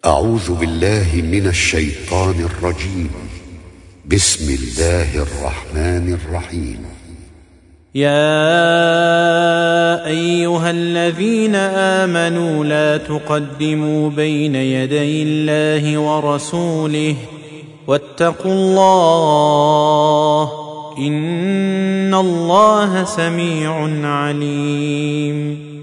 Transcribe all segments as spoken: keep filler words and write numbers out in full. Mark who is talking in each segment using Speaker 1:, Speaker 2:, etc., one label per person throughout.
Speaker 1: أعوذ بالله من الشيطان الرجيم. بسم الله الرحمن الرحيم.
Speaker 2: يا أيها الذين آمنوا لا تقدموا بين يدي الله ورسوله واتقوا الله إن الله سميع عليم.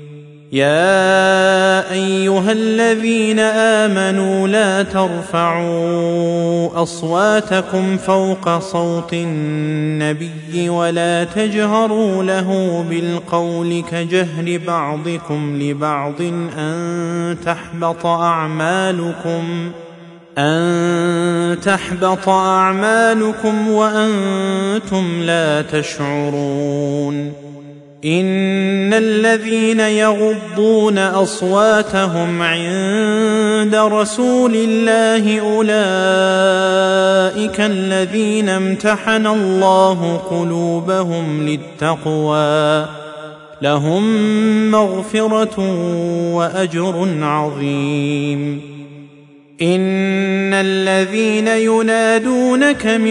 Speaker 2: يا أيها الذين آمنوا لا ترفعوا أصواتكم فوق صوت النبي ولا تجهروا له بالقول كجهر بعضكم لبعض أن تحبط أعمالكم أن تحبط أعمالكم وأنتم لا تشعرون. إن الذين يغضون أصواتهم عند رسول الله أولئك الذين امتحن الله قلوبهم للتقوى لهم مغفرة وأجر عظيم. إن الذين ينادونك من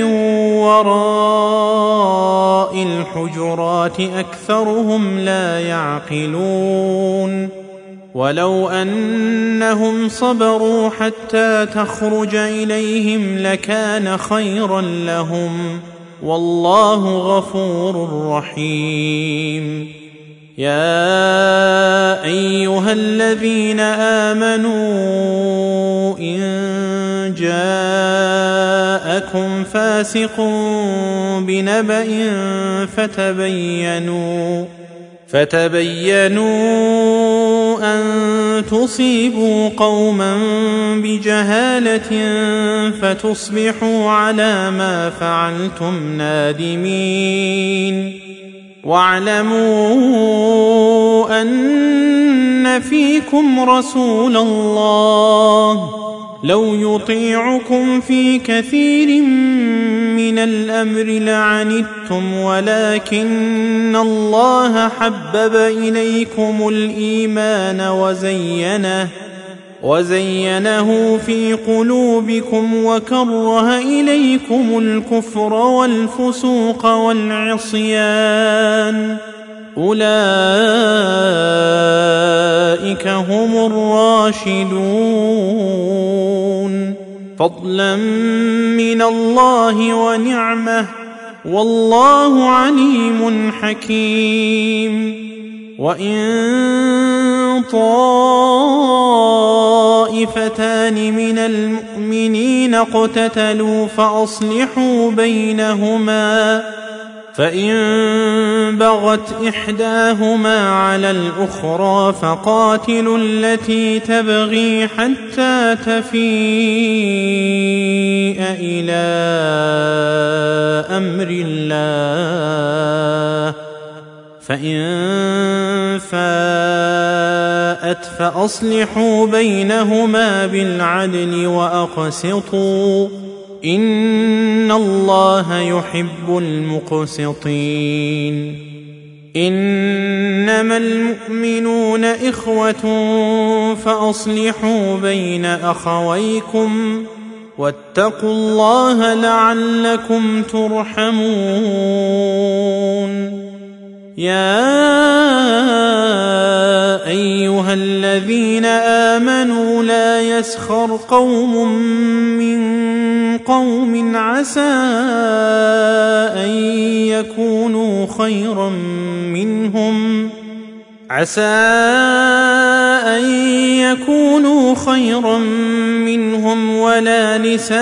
Speaker 2: وراء الحجرات أكثرهم لا يعقلون. ولو أنهم صبروا حتى تخرج إليهم لكان خيرا لهم والله غفور رحيم. يا أيها الذين آمنوا إن جاءكم فاسق بنبأ فتبينوا فتبينوا أن تصيبوا قوما بجهالة فتصبحوا على ما فعلتم نادمين. واعلموا أن فيكم رسول الله لو يطيعكم في كثير من الأمر لعنتم ولكن الله حبب إليكم الإيمان وزينه وزينه في قلوبكم وكره إليكم الكفر والفسوق والعصيان أولئك هم الراشدون فضلا من الله ونعمة والله عليم حكيم. وإن طائفتان من المؤمنين اقتتلوا فأصلحوا بينهما فإن بغت إحداهما على الأخرى فقاتلوا التي تبغي حتى تفيء إلى أمر الله فإن فاءت فأصلحوا بينهما بالعدل وأقسطوا إن الله يحب المقسطين. إنما المؤمنون إخوة فأصلحوا بين أخويكم واتقوا الله لعلكم ترحمون. يا أيها الذين آمنوا لا يسخر قوم من قوم عسى أن يكونوا خيرا منهم عسى أن يكونوا خيرا منهم ولا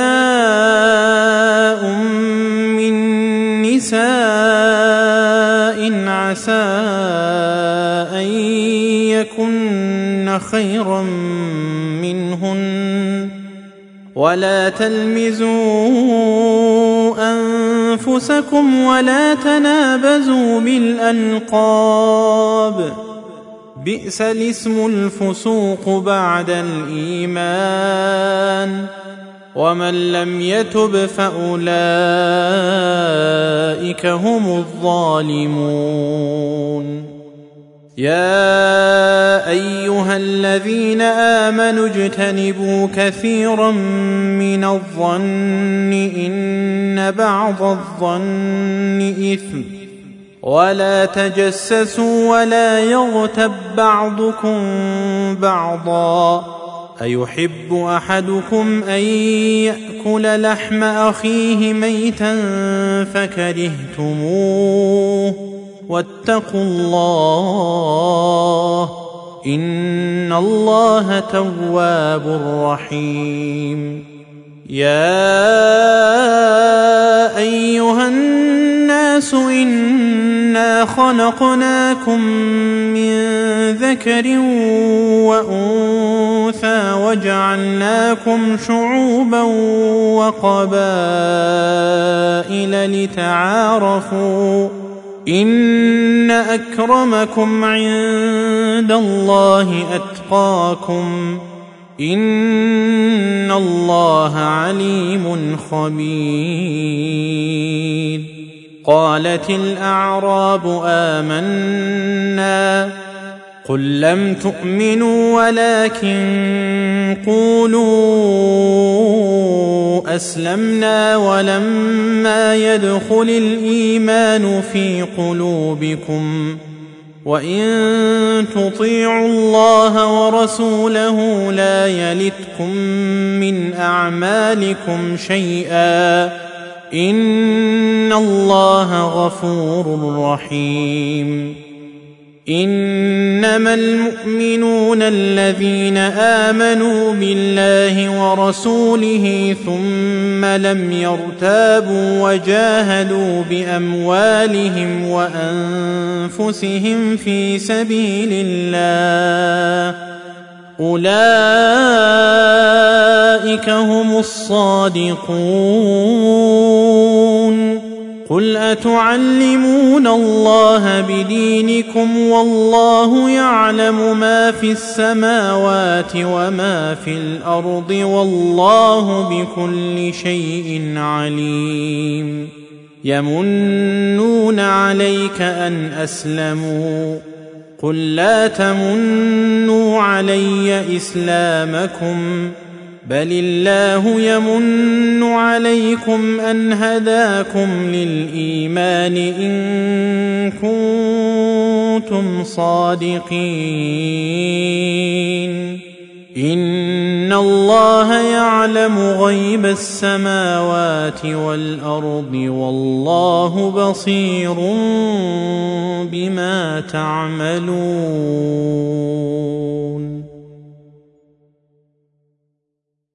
Speaker 2: نساء من نساء عسى أن يكن خيرا منهن ولا تلمزوا أنفسكم ولا تنابزوا بالألقاب بئس الاسم الفسوق بعد الإيمان ومن لم يتب فأولئك هم الظالمون. يا أيها الذين آمنوا اجتنبوا كثيرا من الظن إن بعض الظن إثم ولا تجسسوا ولا يغتب بعضكم بعضا أيحب أحدكم أن يأكل لحم أخيه ميتا فكرهتموه واتقوا الله إن الله تواب رحيم. يا أيها الناس إنا خلقناكم من ذكر وأنثى وجعلناكم شعوبا وقبائل لتعارفوا إن أكرمكم عند الله أتقاكم إن الله عليم خبير. قالت الأعراب آمنا قل لم تؤمنوا ولكن قولوا أسلمنا ولما يدخل الإيمان في قلوبكم وإن تطيعوا الله ورسوله لا يلتكم من أعمالكم شيئا إن الله غفور رحيم. إنما المؤمنون الذين آمنوا بالله ورسوله ثم لم يرتابوا وجاهدوا بأموالهم وأنفسهم في سبيل الله أولئك هم الصادقون. قل أتعلمون الله بدينكم والله يعلم ما في السماوات وما في الأرض والله بكل شيء عليم. يمنون عليك أن أسلموا قل لا تمنوا علي إسلامكم بل الله يمن عليكم أن هداكم للإيمان إن كنتم صادقين. إن الله يعلم غيب السماوات والأرض والله بصير بما تعملون.